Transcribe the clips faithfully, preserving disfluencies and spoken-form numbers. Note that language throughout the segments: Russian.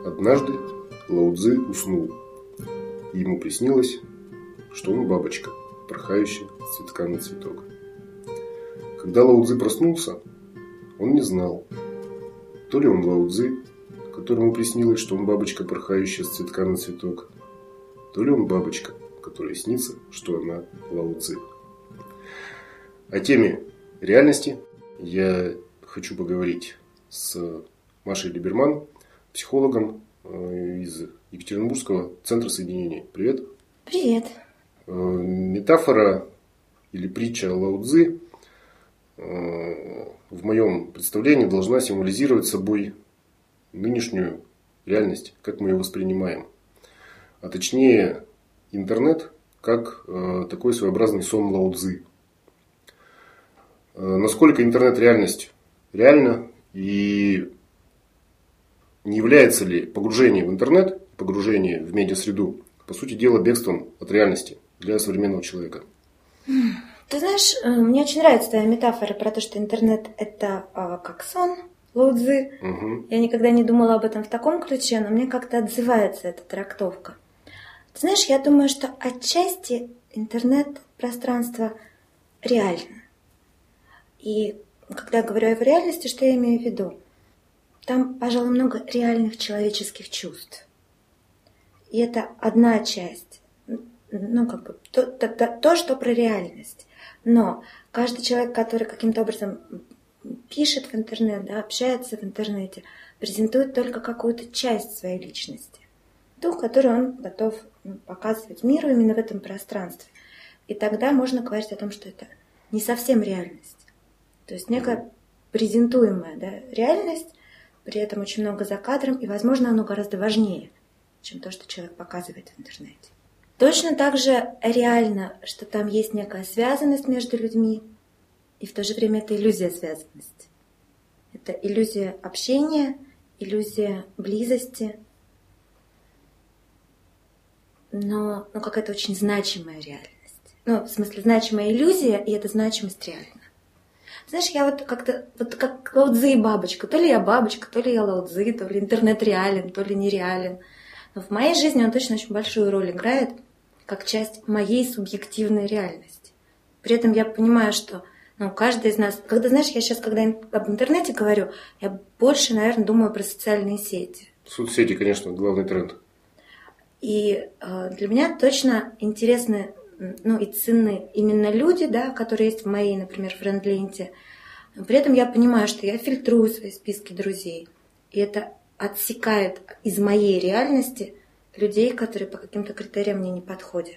Однажды Лао Цзы уснул, и ему приснилось, что он бабочка, порхающая с цветка на цветок. Когда Лао Цзы проснулся, он не знал, то ли он Лао Цзы, которому приснилось, что он бабочка, порхающая с цветка на цветок, то ли он бабочка, которой снится, что она Лао Цзы. О теме реальности я хочу поговорить с Машей Либерман, психологом из Екатеринбургского центра соединения. Привет. Привет. Метафора или притча Лао Цзы в моем представлении должна символизировать собой нынешнюю реальность, как мы ее воспринимаем. А точнее, интернет как такой своеобразный сон Лао Цзы. Насколько интернет-реальность реальна и не является ли погружение в интернет, погружение в медиасреду, по сути дела, бегством от реальности для современного человека? Ты знаешь, мне очень нравится твоя метафора про то, что интернет – это а, как сон Лао Цзы. Угу. Я никогда не думала об этом в таком ключе, но мне как-то отзывается эта трактовка. Ты знаешь, я думаю, что отчасти интернет-пространство реально. И когда я говорю о реальности, что я имею в виду? Там, пожалуй, много реальных человеческих чувств. И это одна часть. Ну, как бы, то, то, то, то, что про реальность. Но каждый человек, который каким-то образом пишет в интернет, да, общается в интернете, презентует только какую-то часть своей личности. Ту, которую он готов показывать миру именно в этом пространстве. И тогда можно говорить о том, что это не совсем реальность. То есть некая презентуемая, да, реальность, при этом очень много за кадром, и, возможно, оно гораздо важнее, чем то, что человек показывает в интернете. Точно так же реально, что там есть некая связанность между людьми, и в то же время это иллюзия связанности. Это иллюзия общения, иллюзия близости, но, но какая-то очень значимая реальность. Ну, в смысле, значимая иллюзия, и эта значимость реальна. Знаешь, я вот как-то, вот как Лао Цзы и бабочка. То ли я бабочка, то ли я Лао Цзы, то ли интернет реален, то ли нереален. Но в моей жизни он точно очень большую роль играет, как часть моей субъективной реальности. При этом я понимаю, что ну, каждый из нас... Когда, знаешь, я сейчас, когда об интернете говорю, я больше, наверное, думаю про социальные сети. Соцсети, конечно, главный тренд. И э, для меня точно интересны, ну, и ценны именно люди, да, которые есть в моей, например, френд-ленте. Но при этом я понимаю, что я фильтрую свои списки друзей. И это отсекает из моей реальности людей, которые по каким-то критериям мне не подходят.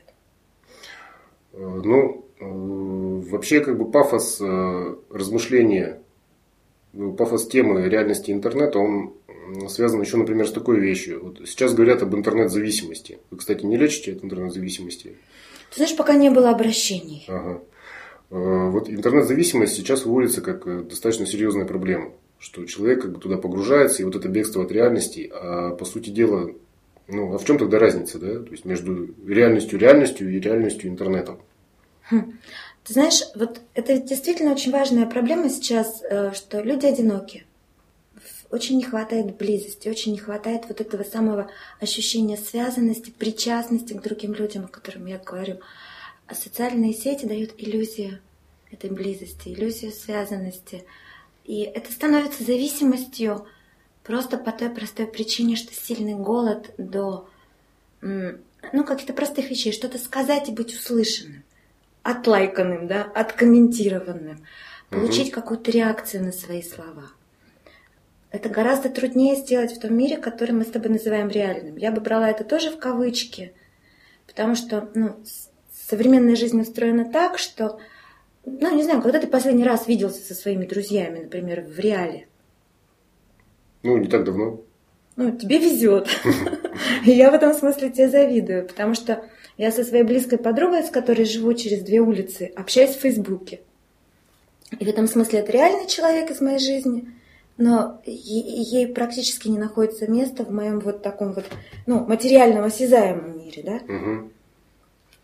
Ну, вообще, как бы пафос размышления, пафос темы реальности интернета, он связан еще, например, с такой вещью. Вот сейчас говорят об интернет-зависимости. Вы, кстати, не лечите от интернет-зависимости? Ты знаешь, пока не было обращений. Ага. Вот интернет-зависимость сейчас выводится как достаточно серьезная проблема. Что человек как бы туда погружается, и вот это бегство от реальности, а по сути дела, ну, а в чем тогда разница, да? То есть между реальностью реальностью и реальностью интернетом. Хм. Ты знаешь, вот это действительно очень важная проблема сейчас, что люди одиноки. Очень не хватает близости, очень не хватает вот этого самого ощущения связанности, причастности к другим людям, о которых я говорю. А социальные сети дают иллюзию этой близости, иллюзию связанности. И это становится зависимостью просто по той простой причине, что сильный голод до ну, каких-то простых вещей, что-то сказать и быть услышанным, отлайканным, да, откомментированным, получить угу. какую-то реакцию на свои слова. Это гораздо труднее сделать в том мире, который мы с тобой называем реальным. Я бы брала это тоже в кавычки, потому что ну, современная жизнь устроена так, что, ну, не знаю, когда ты последний раз виделся со своими друзьями, например, в реале? Ну, не так давно. Ну, тебе везет. И я в этом смысле тебе завидую, потому что я со своей близкой подругой, с которой живу через две улицы, общаюсь в Фейсбуке. И в этом смысле это реальный человек из моей жизни, но ей практически не находится места в моем вот таком вот, ну, материальном, осязаемом мире, да?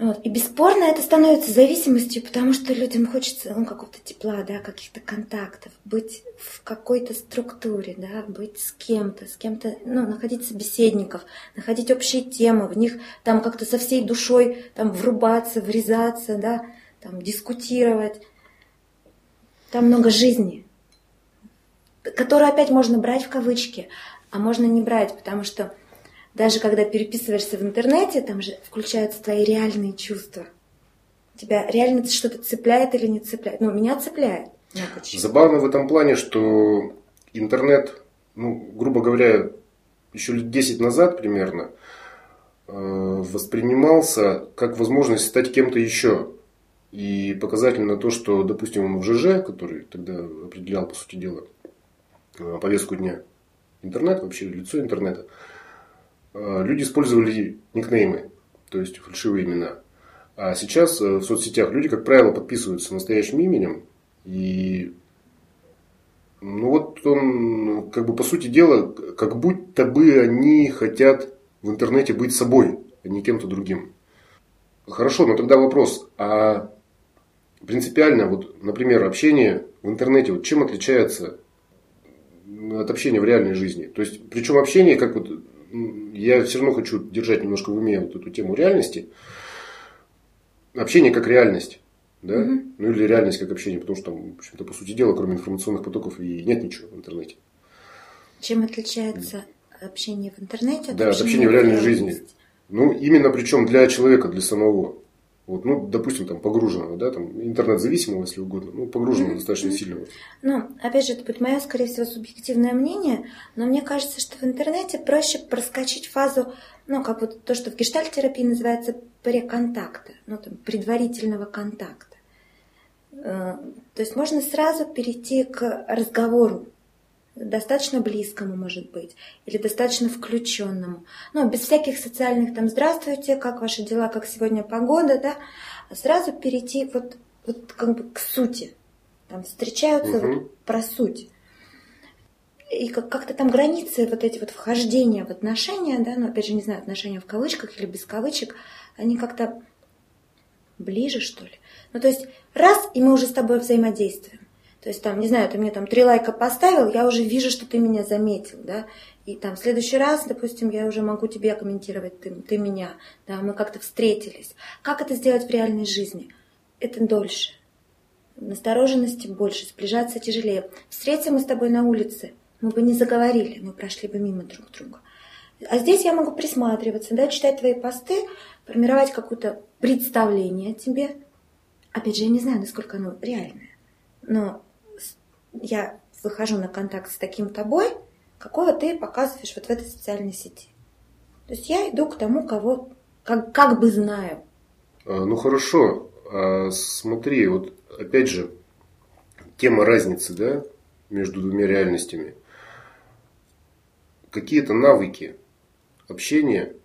Вот. И бесспорно это становится зависимостью, потому что людям хочется ну, какого-то тепла, да, каких-то контактов, быть в какой-то структуре, да, быть с кем-то, с кем-то, ну, находить собеседников, находить общие темы, в них там как-то со всей душой там врубаться, врезаться, да, там дискутировать. Там много жизни, которую опять можно брать в кавычки, а можно не брать, потому что даже когда переписываешься в интернете, там же включаются твои реальные чувства. Тебя реально что-то цепляет или не цепляет? Ну, меня цепляет. Забавно в этом плане, что интернет, ну, грубо говоря, еще лет десять назад примерно воспринимался как возможность стать кем-то еще. И показательно то, что, допустим, в ЖЖ, который тогда определял, по сути дела, повестку дня, интернет, вообще лицо интернета, люди использовали никнеймы, то есть фальшивые имена. А сейчас в соцсетях люди, как правило, подписываются настоящим именем. И ну вот он, как бы по сути дела, как будто бы они хотят в интернете быть собой, а не кем-то другим. Хорошо, но тогда вопрос, а принципиально, вот, например, общение в интернете, вот чем отличается от общения в реальной жизни? То есть, причем общение, как вот я все равно хочу держать немножко в уме вот эту тему реальности. Общение как реальность. Да? Mm-hmm. Ну или реальность как общение. Потому что там, в общем-то, по сути дела, кроме информационных потоков и нет ничего в интернете. Чем отличается общение в интернете от да, общения, от общения в реальной в жизни? Ну, именно причем для человека, для самого. Вот, ну, допустим, там погруженного, да, там интернет-зависимого, если угодно, ну, погруженного mm-hmm. достаточно сильного. Ну, опять же, это будет мое, скорее всего, субъективное мнение, но мне кажется, что в интернете проще проскочить фазу, ну, как вот то, что в гештальт-терапии называется преконтакта, ну, там, предварительного контакта. То есть можно сразу перейти к разговору, достаточно близкому, может быть, или достаточно включенному. Ну, без всяких социальных там «здравствуйте, как ваши дела, как сегодня погода», да, а сразу перейти вот, вот как бы к сути. Там встречаются угу. вот про суть. И как- как-то там границы, вот эти вот вхождения в отношения, да, ну, опять же, не знаю, отношения в кавычках или без кавычек, они как-то ближе, что ли. Ну, то есть раз, и мы уже с тобой взаимодействуем. То есть, там, не знаю, ты мне там три лайка поставил, я уже вижу, что ты меня заметил, да, и там в следующий раз, допустим, я уже могу тебе комментировать, ты, ты меня, да, мы как-то встретились. Как это сделать в реальной жизни? Это дольше. Настороженности больше, сближаться тяжелее. Встретимся мы с тобой на улице, мы бы не заговорили, мы прошли бы мимо друг друга. А здесь я могу присматриваться, да, читать твои посты, формировать какое-то представление о тебе. Опять же, я не знаю, насколько оно реальное, но я выхожу на контакт с таким тобой, какого ты показываешь вот в этой социальной сети. То есть я иду к тому, кого как, как бы знаю. А, ну хорошо, а, смотри, вот опять же, тема разницы, да, между двумя реальностями. Какие-то навыки общения,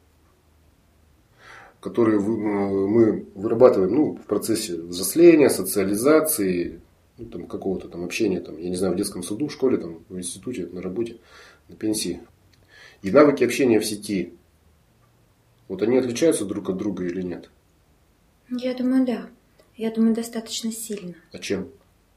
которые мы вырабатываем ну, в процессе взросления, социализации, ну, там, какого-то там общения, там, я не знаю, в детском саду, в школе, там, в институте, на работе, на пенсии. И навыки общения в сети, вот они отличаются друг от друга или нет? Я думаю, да. Я думаю, достаточно сильно. А чем?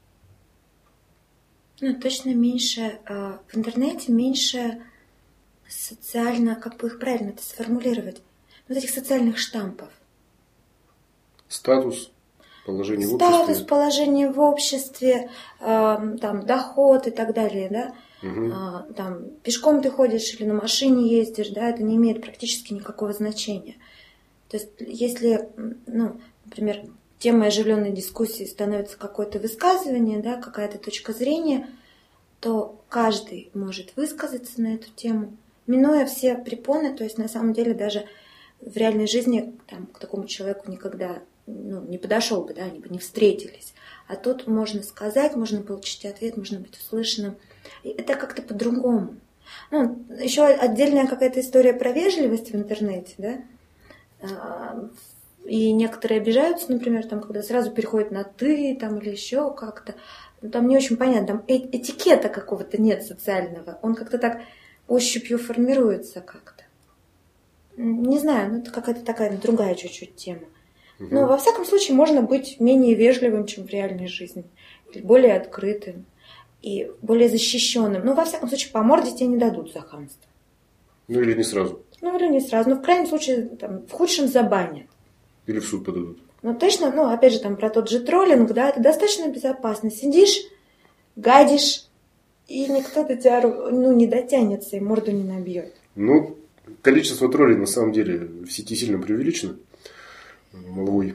Ну, точно меньше, э, в интернете меньше социально, как бы их правильно это сформулировать, вот этих социальных штампов. Статус, положение в обществе. обществе. Статус, положение в обществе, э, там, доход и так далее, да. Угу. Э, там, пешком ты ходишь или на машине ездишь, да, это не имеет практически никакого значения. То есть, если, ну, например, темой оживленной дискуссии становится какое-то высказывание, да, какая-то точка зрения, то каждый может высказаться на эту тему, минуя все препоны, то есть на самом деле даже в реальной жизни там, к такому человеку никогда ну, не подошел бы, да, они бы не встретились. А тут можно сказать, можно получить ответ, можно быть услышанным. И это как-то по-другому. Ну, еще отдельная какая-то история про вежливость в интернете, да. И некоторые обижаются, например, там, когда сразу переходят на «ты» там, или еще как-то. Ну, там не очень понятно, там э- этикета какого-то нет социального. Он как-то так ощупью формируется как-то. Не знаю, ну это какая-то такая другая чуть-чуть тема. Угу. Но во всяком случае можно быть менее вежливым, чем в реальной жизни. Или более открытым. И более защищенным. Ну, во всяком случае, по морде тебе не дадут за хамство. Ну, или не сразу. Ну, или не сразу. Ну, в крайнем случае, там, в худшем забанят. Или в суд подадут. Ну, точно, ну, опять же, там, про тот же троллинг, да, это достаточно безопасно. Сидишь, гадишь, и никто до тебя, ну, не дотянется и морду не набьет. Ну, количество троллей, на самом деле, в сети сильно преувеличено. Молвой.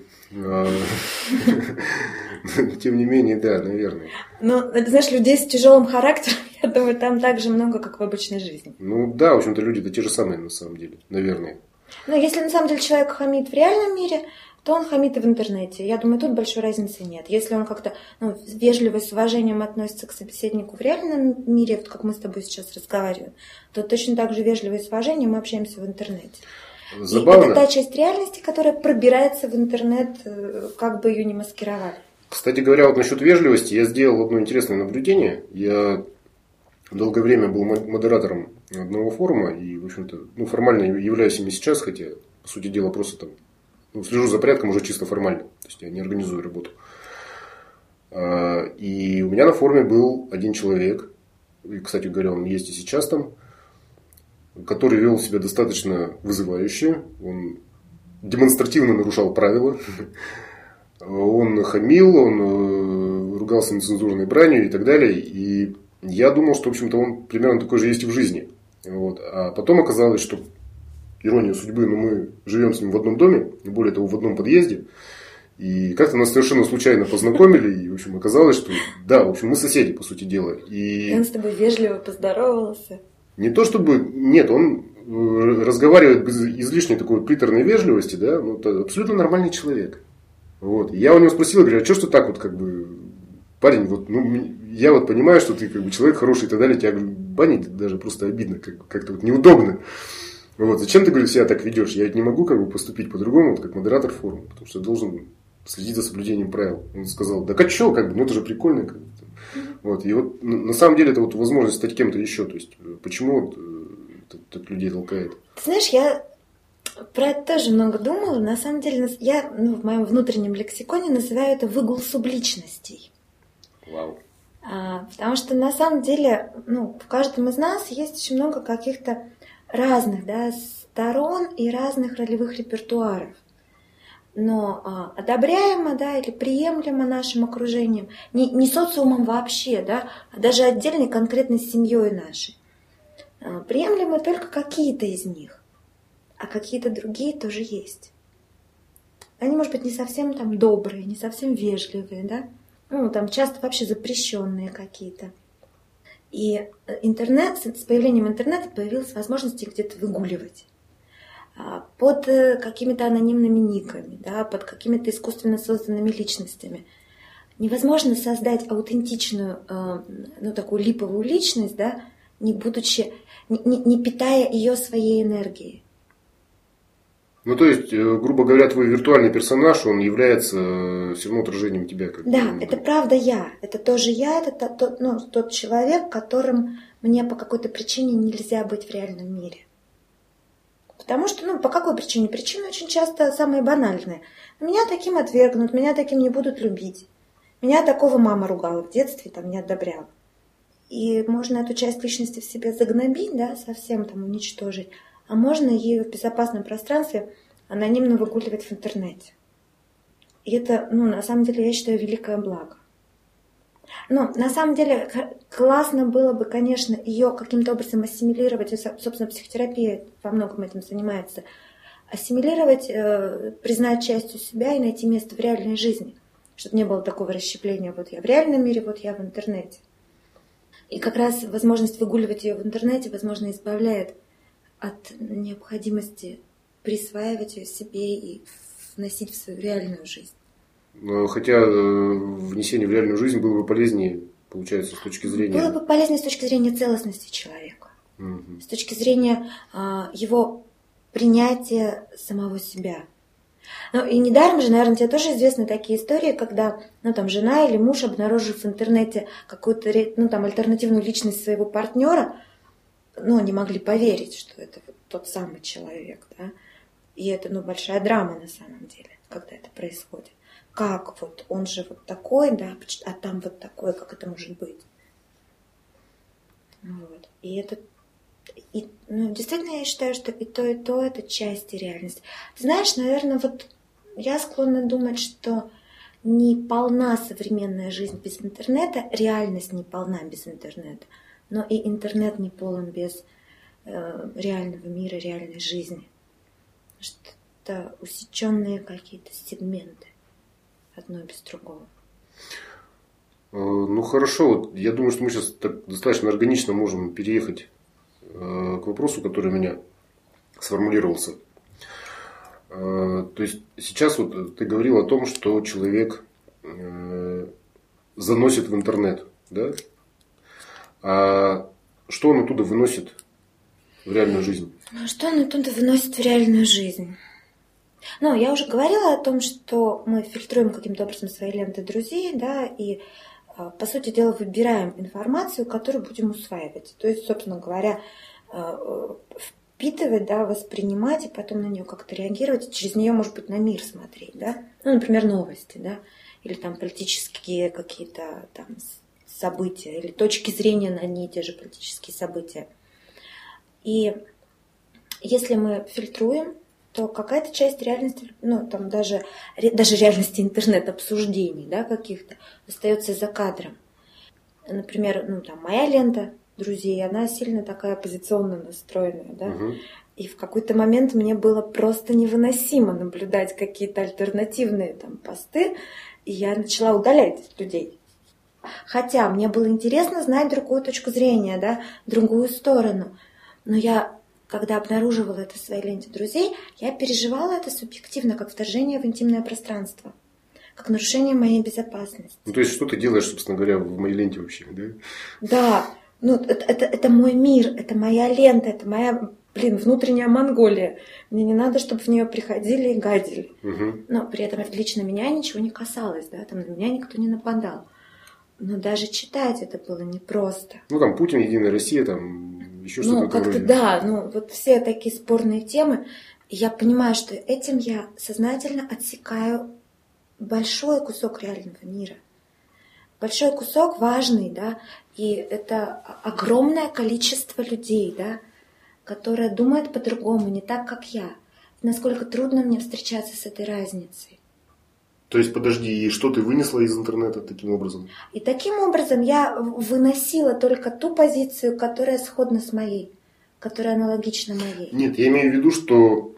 Тем не менее, да, наверное. Ну, это, знаешь, людей с тяжелым характером, я думаю, там так же много, как в обычной жизни. Ну, да, в общем-то, люди-то те же самые, на самом деле, наверное. Но если, на самом деле, человек хамит в реальном мире, то он хамит и в интернете. Я думаю, тут большой разницы нет. Если он как-то ну, вежливо, с уважением относится к собеседнику в реальном мире, вот как мы с тобой сейчас разговариваем, то точно так же вежливо и с уважением мы общаемся в интернете. Забавно. И это та часть реальности, которая пробирается в интернет, как бы ее ни маскировали. Кстати говоря, вот насчет вежливости я сделал одно интересное наблюдение. Я долгое время был модератором одного форума и, в общем-то, ну, формально являюсь им и сейчас, хотя, по сути дела, просто там ну, слежу за порядком уже чисто формально. То есть я не организую работу. И у меня на форуме был один человек, и, кстати говоря, он есть и сейчас там, который вел себя достаточно вызывающе. Он демонстративно нарушал правила. Он хамил, он ругался нецензурной бранью и так далее. И я думал, что, в общем-то, он примерно такой же есть и в жизни. Вот. А потом оказалось, что ирония судьбы, но мы живем с ним в одном доме, более того, в одном подъезде. И как-то нас совершенно случайно познакомили. И, в общем, оказалось, что да, в общем, мы соседи, по сути дела. И он с тобой вежливо поздоровался. Не то чтобы... Нет, он разговаривает без излишней такой приторной вежливости, да, ну, это абсолютно нормальный человек. Вот. Я у него спросил, говорю, а что ж ты так вот, как бы, парень, вот, ну, я вот понимаю, что ты, как бы, человек хороший и так далее, тебя, говорю, банить даже просто обидно, как- как-то вот неудобно. Вот. Зачем ты, говорю, себя так ведешь? Я ведь не могу, как бы, поступить по-другому, вот, как модератор форума, потому что я должен следить за соблюдением правил. Он сказал, да а что, как бы, ну, это же прикольно, как бы. Вот. И вот на самом деле это вот возможность стать кем-то еще. То есть почему вот, это, это людей толкает? Ты знаешь, я про это тоже много думала. На самом деле я ну, в моем внутреннем лексиконе называю это выгул субличностей. Вау. А, потому что на самом деле ну, в каждом из нас есть очень много каких-то разных да, сторон и разных ролевых репертуаров. Но а, одобряемо, да, или приемлемо нашим окружением, не, не социумом вообще, да, а даже отдельной конкретной семьей нашей. А, приемлемы только какие-то из них, а какие-то другие тоже есть. Они, может быть, не совсем там добрые, не совсем вежливые, да, ну, там часто вообще запрещенные какие-то. И интернет, с появлением интернета появилась возможность их где-то выгуливать. Под какими-то анонимными никами, да, под какими-то искусственно созданными личностями. Невозможно создать аутентичную, ну, такую липовую личность, да, не будучи, не, не питая ее своей энергией. Ну, то есть, грубо говоря, твой виртуальный персонаж, он является все равно отражением тебя. Как да, бы. Это правда я. Это тоже я, это тот, ну, тот человек, которым мне по какой-то причине нельзя быть в реальном мире. Потому что, ну, по какой причине? Причины очень часто самые банальные. Меня таким отвергнут, меня таким не будут любить. Меня такого мама ругала в детстве, там, не одобряла. И можно эту часть личности в себе загнобить, да, совсем там уничтожить. А можно ее в безопасном пространстве анонимно выгуливать в интернете. И это, ну, на самом деле, я считаю, великое благо. Но на самом деле классно было бы, конечно, ее каким-то образом ассимилировать. И, собственно, психотерапия во многом этим занимается. Ассимилировать, э, признать частью себя и найти место в реальной жизни. Чтобы не было такого расщепления. Вот я в реальном мире, вот я в интернете. И как раз возможность выгуливать ее в интернете, возможно, избавляет от необходимости присваивать ее себе и вносить в свою реальную жизнь. Хотя внесение в реальную жизнь было бы полезнее, получается, с точки зрения... Было бы полезнее с точки зрения целостности человека. Угу. С точки зрения а, его принятия самого себя. Ну, и недаром же, наверное, тебе тоже известны такие истории, когда ну, там, жена или муж, обнаружив в интернете какую-то ну, там, альтернативную личность своего партнера, ну, не могли поверить, что это вот тот самый человек. Да? И это ну, большая драма на самом деле. когда это происходит. Как вот, он же вот такой, да, а там вот такой, как это может быть? Вот. И это, и, ну, действительно, я считаю, что и то, и то это части реальности. Ты знаешь, наверное, вот я склонна думать, что не полна современная жизнь без интернета, реальность не полна без интернета, но и интернет не полон без э, реального мира, реальной жизни. Что-то усеченные какие-то сегменты, одно без другого. Ну хорошо, вот я думаю, что мы сейчас так достаточно органично можем переехать к вопросу, который у меня сформулировался. То есть сейчас вот ты говорил о том, что человек заносит в интернет, да? А что он оттуда выносит в реальную жизнь? Что он оттуда выносит в реальную жизнь? Ну, я уже говорила о том, что мы фильтруем каким-то образом свои ленты друзей, да, и, по сути дела, выбираем информацию, которую будем усваивать. То есть, собственно говоря, впитывать, да, воспринимать и потом на нее как-то реагировать, и через нее, может быть, на мир смотреть, да. Ну, например, новости, да, или там политические какие-то там события, или точки зрения на одни и те же политические события. И если мы фильтруем, то какая-то часть реальности, ну, там даже, даже реальности интернет-обсуждений, да, каких-то, остается за кадром. Например, ну, там, моя лента друзей, она сильно такая оппозиционно настроенная, да, угу. И в какой-то момент мне было просто невыносимо наблюдать какие-то альтернативные там посты, и я начала удалять людей. Хотя мне было интересно знать другую точку зрения, да, другую сторону, но я... Когда обнаруживала это в своей ленте друзей, я переживала это субъективно, как вторжение в интимное пространство, как нарушение моей безопасности. Ну, то есть, что ты делаешь, собственно говоря, в моей ленте вообще, да? Да, ну, это, это, это мой мир, это моя лента, это моя, блин, внутренняя Монголия. Мне не надо, чтобы в нее приходили и гадили. Угу. Но при этом лично меня ничего не касалось, да, там на меня никто не нападал. Но даже читать это было непросто. Ну, там Путин, Единая Россия, там... Еще ну, как-то вроде. Да, ну вот все такие спорные темы. И я понимаю, что этим я сознательно отсекаю большой кусок реального мира. Большой кусок важный, да, и это огромное количество людей, да, которые думают по-другому, не так, как я. Насколько трудно мне встречаться с этой разницей. То есть, подожди, и что ты вынесла из интернета таким образом? И таким образом я выносила только ту позицию, которая сходна с моей, которая аналогична моей. Нет, я имею в виду, что,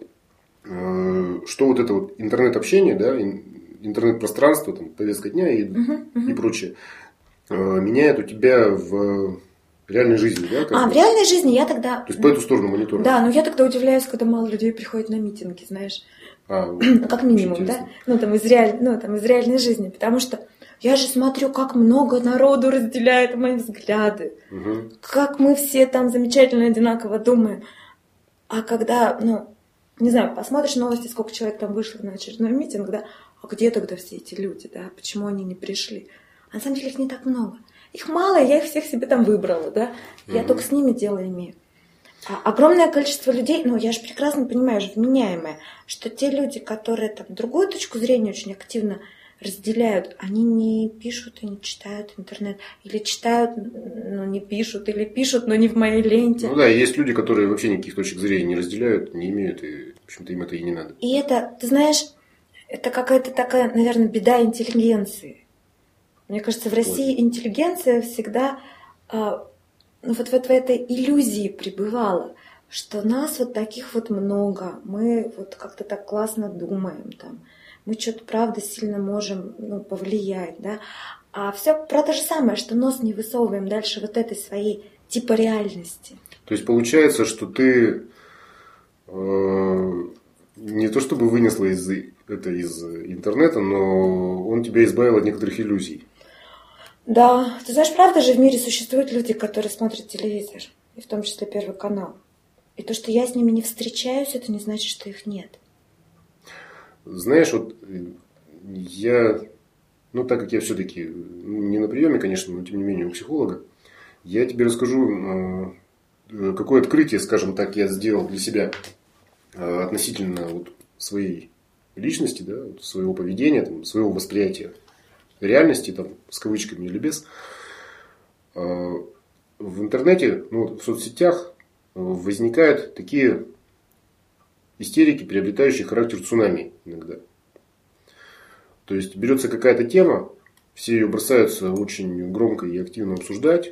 э, что вот это вот интернет-общение, да, интернет-пространство, там, повестка дня и, uh-huh, uh-huh. и прочее, э, меняет у тебя в реальной жизни, да? А, бы? В реальной жизни я тогда... То есть, по эту сторону монитора. Да, но я тогда удивляюсь, когда мало людей приходят на митинги, знаешь. А, как минимум, да? Ну там, из реаль... ну, там, из реальной жизни. Потому что я же смотрю, как много народу разделяет мои взгляды. Угу. Как мы все там замечательно одинаково думаем. А когда, ну, не знаю, посмотришь новости, сколько человек там вышло на очередной митинг, да? А где тогда все эти люди, да? Почему они не пришли? А на самом деле их не так много. Их мало, я их всех себе там выбрала, да? Я угу. только с ними дело имею. А огромное количество людей, ну, я же прекрасно понимаю, же вменяемое, что те люди, которые там другую точку зрения очень активно разделяют, они не пишут и не читают интернет. Или читают, но не пишут, или пишут, но не в моей ленте. Ну да, есть люди, которые вообще никаких точек зрения не разделяют, не имеют, и, в общем-то, им это и не надо. И это, ты знаешь, это какая-то такая, наверное, беда интеллигенции. Мне кажется, в России Ой. интеллигенция всегда... Ну, вот, вот в этой иллюзии пребывала, что нас вот таких вот много, мы вот как-то так классно думаем, там, мы что-то, правда, сильно можем, ну, повлиять, да, а все про то же самое, что нос не высовываем дальше вот этой своей типа реальности. То есть получается, что ты э, не то чтобы вынесла из, это из интернета, но он тебя избавил от некоторых иллюзий. Да, ты знаешь, правда же в мире существуют люди, которые смотрят телевизор, и в том числе Первый канал. И то, что я с ними не встречаюсь, это не значит, что их нет. Знаешь, вот я, ну так как я все-таки не на приеме, конечно, но тем не менее у психолога, я тебе расскажу, какое открытие, скажем так, я сделал для себя относительно вот своей личности, да, своего поведения, там, своего восприятия реальности, там, с кавычками или без. В интернете, ну, в соцсетях возникают такие истерики, приобретающие характер цунами иногда. То есть берется какая-то тема, все ее бросаются очень громко и активно обсуждать,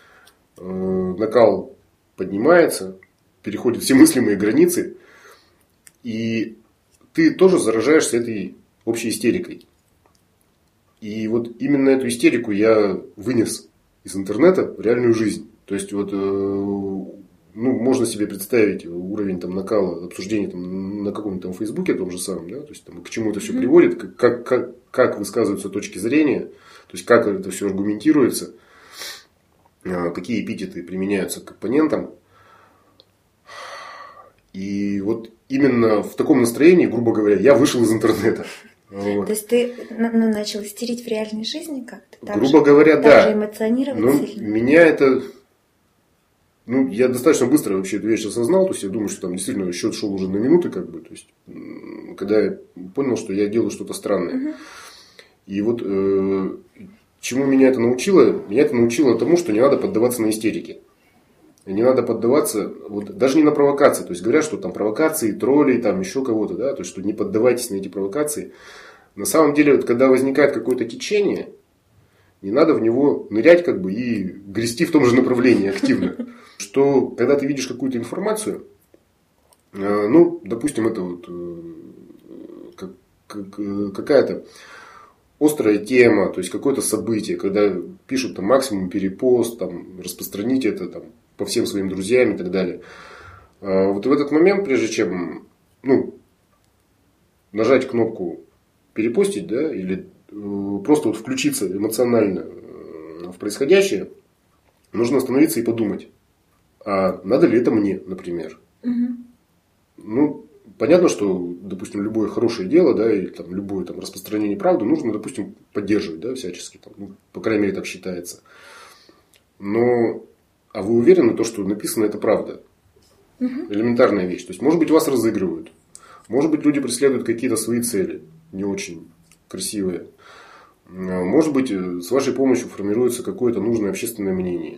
накал поднимается, переходит все мыслимые границы, и ты тоже заражаешься этой общей истерикой. И вот именно эту истерику я вынес из интернета в реальную жизнь. То есть вот, ну, можно себе представить уровень там накала, обсуждения там, на каком-то там Фейсбуке, том же самом, да, то есть там, к чему это все mm-hmm. приводит, как, как, как высказываются точки зрения, то есть как это все аргументируется, какие эпитеты применяются к оппонентам. И вот именно в таком настроении, грубо говоря, я вышел из интернета. Вот. То есть ты ну, начал истерить в реальной жизни как-то? Так грубо же, говоря, так да. Же эмоционировать Но сильно? Меня это... Ну, я достаточно быстро вообще эту вещь осознал. То есть я думаю, что там действительно счет шел уже на минуты, как бы. То есть, когда я понял, что я делаю что-то странное. Угу. И вот э, чему меня это научило? Меня это научило тому, что не надо поддаваться на истерики. Не надо поддаваться, вот, даже не на провокации. То есть говорят, что там провокации, тролли, там еще кого-то, да, то есть что не поддавайтесь на эти провокации. На самом деле, вот, когда возникает какое-то течение, не надо в него нырять как бы и грести в том же направлении активно. Что когда ты видишь какую-то информацию, ну, допустим, это вот как, как, какая-то острая тема, то есть какое-то событие, когда пишут там максимум перепост, там, распространить это там, по всем своим друзьям и так далее. Вот в этот момент, прежде чем ну, нажать кнопку перепостить, да, или просто вот включиться эмоционально в происходящее, нужно остановиться и подумать, а надо ли это мне, например. Угу. Ну, понятно, что, допустим, любое хорошее дело, да, или там, любое там, распространение правды нужно, допустим, поддерживать, да, всячески. Там, ну, по крайней мере, так считается. Но, а вы уверены, то, что написано, это правда? Угу. Элементарная вещь. То есть, может быть, вас разыгрывают. Может быть, люди преследуют какие-то свои цели, не очень красивые. Может быть, с вашей помощью формируется какое-то нужное общественное мнение.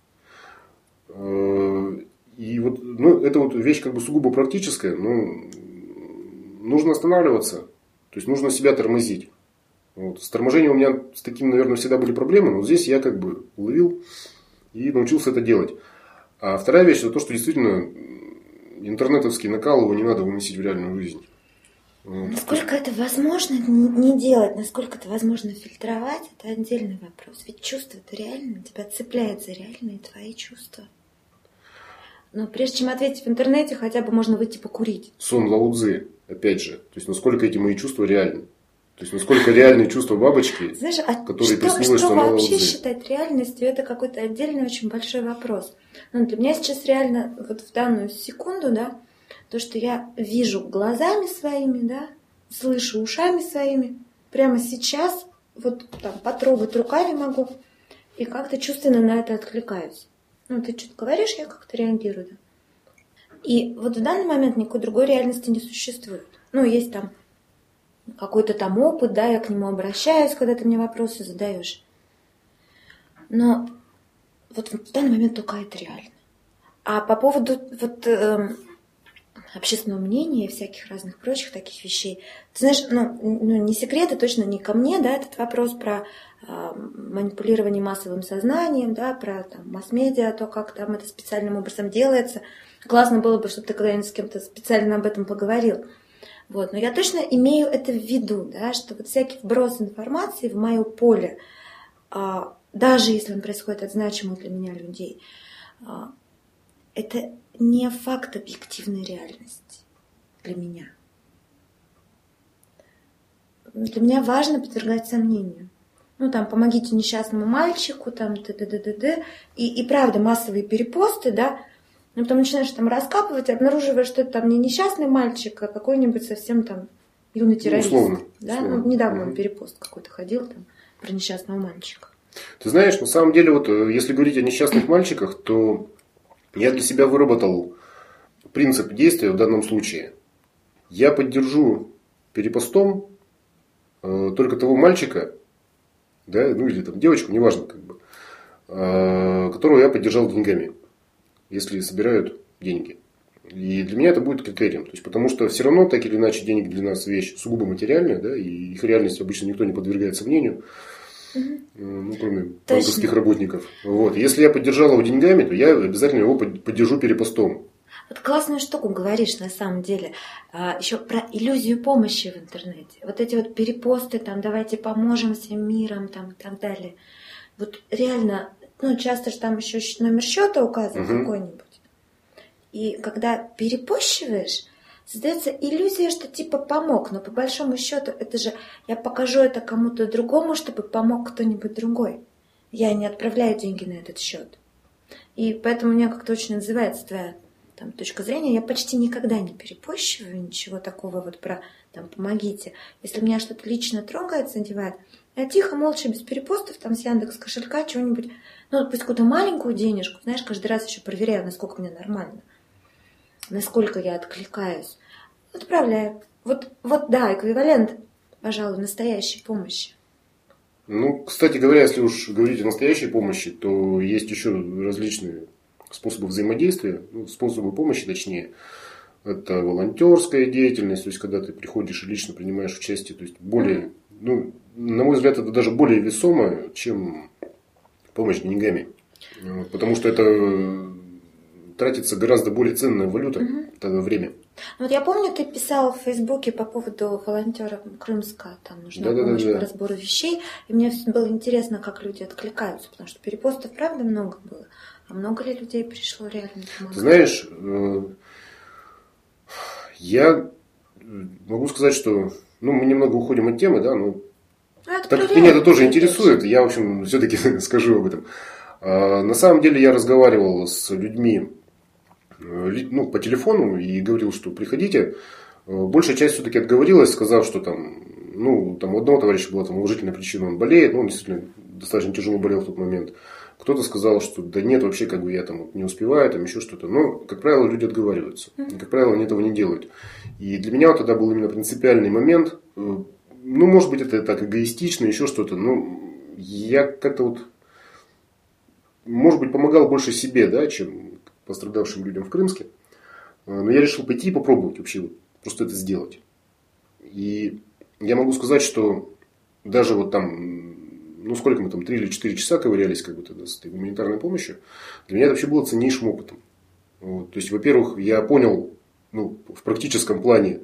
И вот, ну, это вот вещь как бы сугубо практическая, но нужно останавливаться. То есть нужно себя тормозить. Вот. С торможением у меня с таким, наверное, всегда были проблемы, но здесь я как бы уловил и научился это делать. А вторая вещь, это то, что действительно интернетовский накал, его не надо выносить в реальную жизнь. Насколько это возможно не делать, насколько это возможно фильтровать, это отдельный вопрос. Ведь чувство это реально, тебя цепляет за реальные твои чувства. Но прежде чем ответить в интернете, хотя бы можно выйти покурить. Сон Лао-цзы, опять же. То есть, насколько эти мои чувства реальны. То есть, насколько реальные чувства бабочки, знаешь, а которые что, приснилось, что, что она она вообще Лао-цзы. считать реальностью, это какой-то отдельный очень большой вопрос. Но для меня сейчас реально, вот в данную секунду, да, то, что я вижу глазами своими, да, слышу ушами своими, прямо сейчас, вот там потрогать руками могу, и как-то чувственно на это откликаюсь. Ну, ты что-то говоришь, я как-то реагирую. Да? И вот в данный момент никакой другой реальности не существует. Ну, есть там какой-то там опыт, да, я к нему обращаюсь, когда ты мне вопросы задаешь. Но вот в данный момент только это реально. А по поводу вот э, общественного мнения и всяких разных прочих таких вещей, ты знаешь, ну, ну не секрет, и точно не ко мне, да, этот вопрос про э, манипулирование массовым сознанием, да, про там, масс-медиа, то, как там это специальным образом делается. Классно было бы, чтобы ты когда-нибудь с кем-то специально об этом поговорил. Вот. Но я точно имею это в виду, да, что вот всякий вброс информации в мое поле, а, даже если он происходит от значимых для меня людей, а, это не факт объективной реальности для меня. Для меня важно подвергать сомнению. Ну, там, помогите несчастному мальчику, там, т.д. И, и правда, массовые перепосты, да, но потом начинаешь там раскапывать, обнаруживаешь, что это там не несчастный мальчик, а какой-нибудь совсем там юный террорист. Ну, условно. Да? условно. Ну, недавно угу. он перепост какой-то ходил там про несчастного мальчика. Ты знаешь, на самом деле, вот если говорить о несчастных мальчиках, то я для себя выработал принцип действия в данном случае. Я поддержу перепостом э, только того мальчика, да, ну или там девочку, неважно, как бы, э, которого я поддержал деньгами, если собирают деньги. И для меня это будет критерием. То есть, потому что все равно, так или иначе, деньги для нас вещь сугубо материальная, да, и их реальность обычно никто не подвергает сомнению, угу. ну, кроме банковских работников. Вот. Если я поддержал его деньгами, то я обязательно его поддержу перепостом. Вот классную штуку говоришь на самом деле. А, еще про иллюзию помощи в интернете. Вот эти вот перепосты, там, давайте поможем всем миром, там, и так далее. Вот реально, ну, часто же там еще номер счета указан угу. какой-нибудь. И когда перепощиваешь, создается иллюзия, что типа помог. Но по большому счету это же я покажу это кому-то другому, чтобы помог кто-нибудь другой. Я не отправляю деньги на этот счет. И поэтому меня как-то очень отзывается твоя там, точка зрения. Я почти никогда не перепощиваю ничего такого вот про там, помогите. Если меня что-то лично трогает, задевает, я тихо, молча, без перепостов, там с Яндекс кошелька чего-нибудь, ну, пусть какую-то маленькую денежку, знаешь, каждый раз еще проверяю, насколько мне нормально. Насколько я откликаюсь, отправляю. Вот, вот да, эквивалент, пожалуй, настоящей помощи. Ну, кстати говоря, если уж говорить о настоящей помощи, то есть еще различные способы взаимодействия, ну, способы помощи, точнее. Это волонтерская деятельность, то есть когда ты приходишь и лично принимаешь участие, то есть более, ну, на мой взгляд, это даже более весомо, чем помощь деньгами. Потому что это тратится гораздо более ценная валюта угу. тогда время. Вот я помню, ты писал в Фейсбуке по поводу волонтера Крымска, там нужна да, помощь да, да, да. по разбору вещей, и мне было интересно, как люди откликаются, потому что перепостов, правда, много было, а много ли людей пришло реально помогать? Ты знаешь, я могу сказать, что, ну, мы немного уходим от темы, да, но ну, так как меня это тоже интересует, я, в общем, все-таки скажу об этом. На самом деле я разговаривал с людьми, ну, по телефону и говорил, что приходите. Большая часть все-таки отговорилась, сказав, что там, ну, там у одного товарища была там уважительная причина, он болеет, ну, он действительно достаточно тяжело болел в тот момент. Кто-то сказал, что да нет, вообще как бы я там не успеваю, там еще что-то. Но, как правило, люди отговариваются. И, как правило, они этого не делают. И для меня вот тогда был именно принципиальный момент. Ну, может быть, это так эгоистично, еще что-то. Но я как-то вот, может быть, помогал больше себе, да, чем пострадавшим людям в Крымске. Но я решил пойти и попробовать вообще вот, просто это сделать. И я могу сказать, что даже вот там, ну сколько мы там, три или четыре часа ковырялись как бы тогда с этой гуманитарной помощью, для меня это вообще было ценнейшим опытом. Вот. То есть, во-первых, я понял, ну, в практическом плане,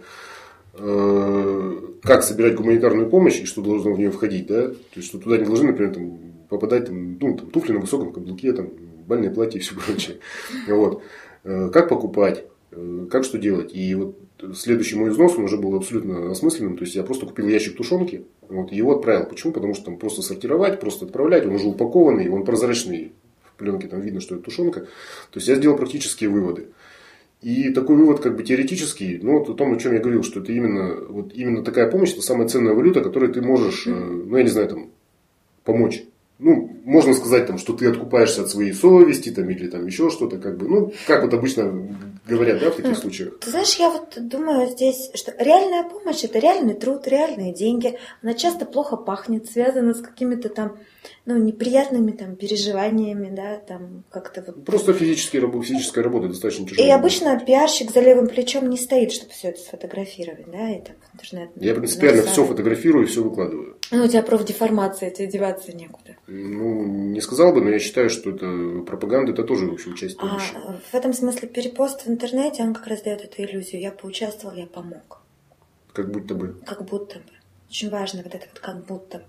э, как собирать гуманитарную помощь и что должно в нее входить, да. То есть, что туда не должны, например, там, попадать там, ну, там, туфли на высоком каблуке, там, бальное платье и все прочее. Вот. Как покупать, как что делать. И вот следующий мой износ, он уже был абсолютно осмысленным. То есть, я просто купил ящик тушенки, вот, и его отправил. Почему? Потому что там просто сортировать, просто отправлять. Он уже упакованный, он прозрачный. В пленке там видно, что это тушенка. То есть, я сделал практические выводы. И такой вывод как бы теоретический, ну, вот о том, о чем я говорил, что это именно, вот, именно такая помощь, это самая ценная валюта, которой ты можешь, ну, я не знаю, там, помочь. Ну, можно сказать, там, что ты откупаешься от своей совести, там, или там еще что-то, как бы, ну, как вот обычно говорят, да, в таких случаях. Ты знаешь, я вот думаю здесь, что реальная помощь – это реальный труд, реальные деньги. Она часто плохо пахнет, связана с какими-то там, ну, неприятными там переживаниями, да, там, как-то вот. Просто физическая работа, физическая работа достаточно тяжелая. И обычно пиарщик за левым плечом не стоит, чтобы все это сфотографировать, да, и там в интернет. Я принципиально все фотографирую и все выкладываю. Ну, у тебя профдеформация, тебе деваться некуда. Ну, не сказал бы, но я считаю, что это пропаганда, это тоже, в общем, часть помощи. А, в этом смысле перепост в интернете, он как раз дает эту иллюзию. Я поучаствовал, я помог. Как будто бы. Как будто бы. Очень важно вот это вот как будто бы.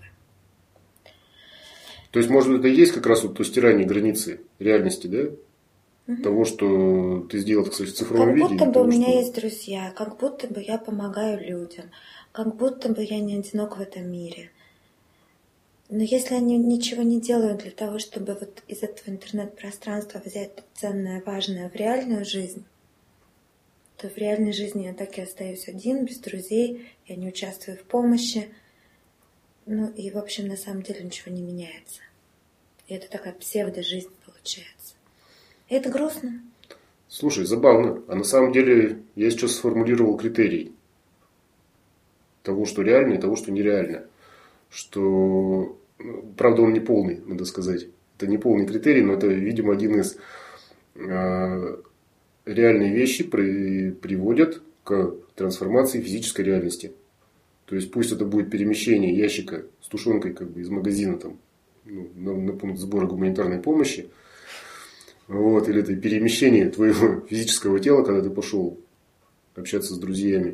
То есть, может, это и есть как раз вот то стирание границы реальности, да? Угу. Того, что ты сделал, так сказать, в цифровом виде. Как будто бы того, у меня что... есть друзья, как будто бы я помогаю людям, как будто бы я не одинок в этом мире. Но если они ничего не делают для того, чтобы вот из этого интернет-пространства взять ценное, важное в реальную жизнь, то в реальной жизни я так и остаюсь один, без друзей, я не участвую в помощи. Ну и, в общем, на самом деле ничего не меняется. И это такая псевдо-жизнь получается. И это грустно. Слушай, забавно. А на самом деле я сейчас сформулировал критерий. того, что реально, и того, что нереально. Что, правда, он не полный, надо сказать. Это не полный критерий, но это, видимо, один из э, реальные вещи при, приводят к трансформации физической реальности. То есть пусть это будет перемещение ящика с тушенкой как бы из магазина там, ну, на, на пункт сбора гуманитарной помощи. Вот, или это перемещение твоего физического тела, когда ты пошел общаться с друзьями.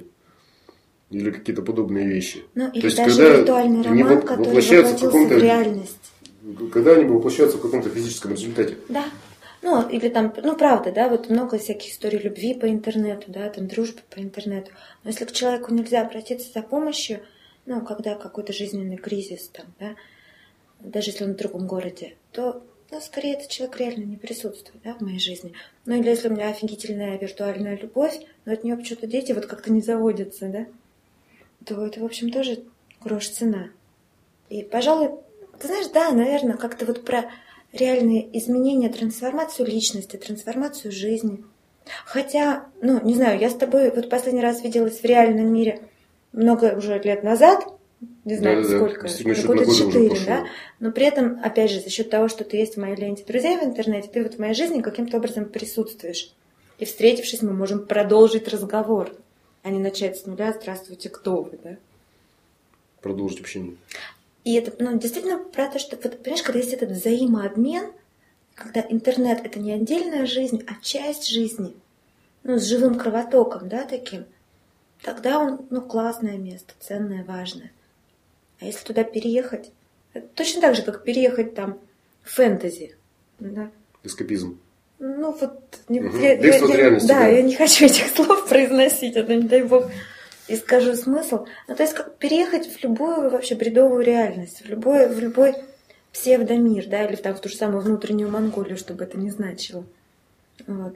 Или какие-то подобные вещи. Ну, или То есть, даже когда виртуальный роман, они который воплощаются в каком-то в реальность. Когда они воплощаются в каком-то физическом результате. Да. Ну, или там, ну, правда, да, вот много всяких историй любви по интернету, да, там, дружбы по интернету. Но если к человеку нельзя обратиться за помощью, ну, когда какой-то жизненный кризис там, да, даже если он в другом городе, то, ну, скорее этот человек реально не присутствует, да, в моей жизни. Ну, или если у меня офигительная виртуальная любовь, но от нее почему-то дети вот как-то не заводятся, да, то это, в общем, тоже грош цена. И, пожалуй, ты знаешь, да, наверное, как-то вот про реальные изменения, трансформацию личности, трансформацию жизни. Хотя, ну, не знаю, я с тобой вот последний раз виделась в реальном мире много уже лет назад, не знаю, да, сколько, да. года четыре, да, но при этом, опять же, за счет того, что ты есть в моей ленте друзей в интернете, ты вот в моей жизни каким-то образом присутствуешь. И встретившись, мы можем продолжить разговор, а не начать с нуля «Здравствуйте, кто вы?», да? Продолжить общение. И это, ну, действительно про то, что, вот, понимаешь, когда есть этот взаимообмен, когда интернет — это не отдельная жизнь, а часть жизни, ну, с живым кровотоком, да, таким, тогда он, ну, классное место, ценное, важное. А если туда переехать, это точно так же, как переехать там в фэнтези, да? Эскапизм. Ну, вот... Не, угу. я, Бегство я, от реальности. Да, да, я не хочу этих слов произносить, это, не дай бог, и скажу смысл. Ну, то есть, как переехать в любую вообще бредовую реальность, в любой, в любой псевдомир, да, или там, в ту же самую внутреннюю Монголию, чтобы это не значило. Вот.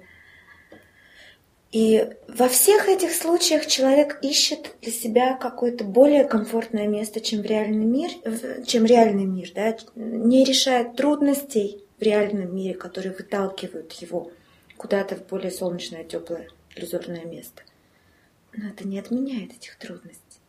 И во всех этих случаях человек ищет для себя какое-то более комфортное место, чем в реальный мир, чем реальный мир, да, не решает трудностей в реальном мире, которые выталкивают его куда-то в более солнечное, теплое, иллюзорное место. Но это не отменяет этих трудностей.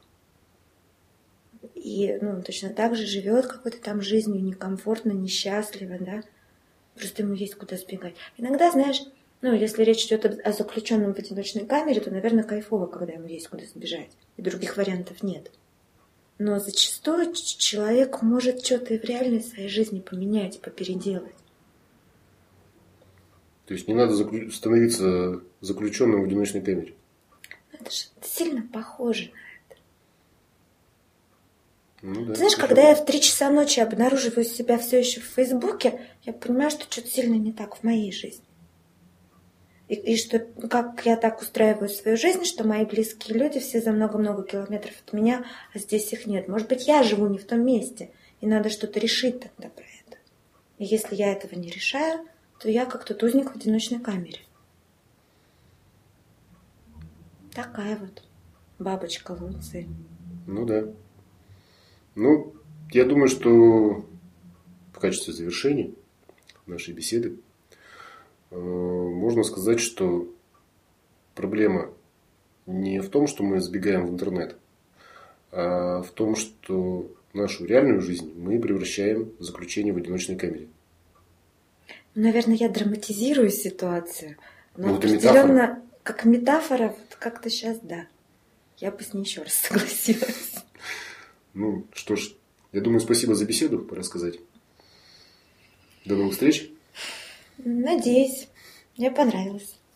И, ну, точно так же живет какой-то там жизнью некомфортно, несчастливо, да. Просто ему есть куда сбегать. Иногда, знаешь, ну, если речь идет о заключенном в одиночной камере, то, наверное, кайфово, когда ему есть куда сбежать. И других вариантов нет. Но зачастую человек может что-то и в реальной своей жизни поменять и попеределать. То есть не надо становиться заключенным в одиночной камере. Это же сильно похоже на это. Ну, да, Ты знаешь, когда я в три часа ночи обнаруживаю себя все еще в Фейсбуке, я понимаю, что что-то сильно не так в моей жизни. И, и что как я так устраиваю свою жизнь, что мои близкие люди все за много-много километров от меня, а здесь их нет. Может быть, я живу не в том месте, и надо что-то решить тогда про это. И если я этого не решаю, то я как тот узник в одиночной камере. Такая вот бабочка Луци. Ну да. Ну, я думаю, что в качестве завершения нашей беседы э, можно сказать, что проблема не в том, что мы сбегаем в интернет, а в том, что нашу реальную жизнь мы превращаем в заключение в одиночной камере. Наверное, я драматизирую ситуацию, но ну, определенно, как метафора, вот как-то сейчас, да. Я бы с ней еще раз согласилась. Ну, что ж, я думаю, спасибо за беседу, пора сказать. До новых встреч. Надеюсь, мне понравилось.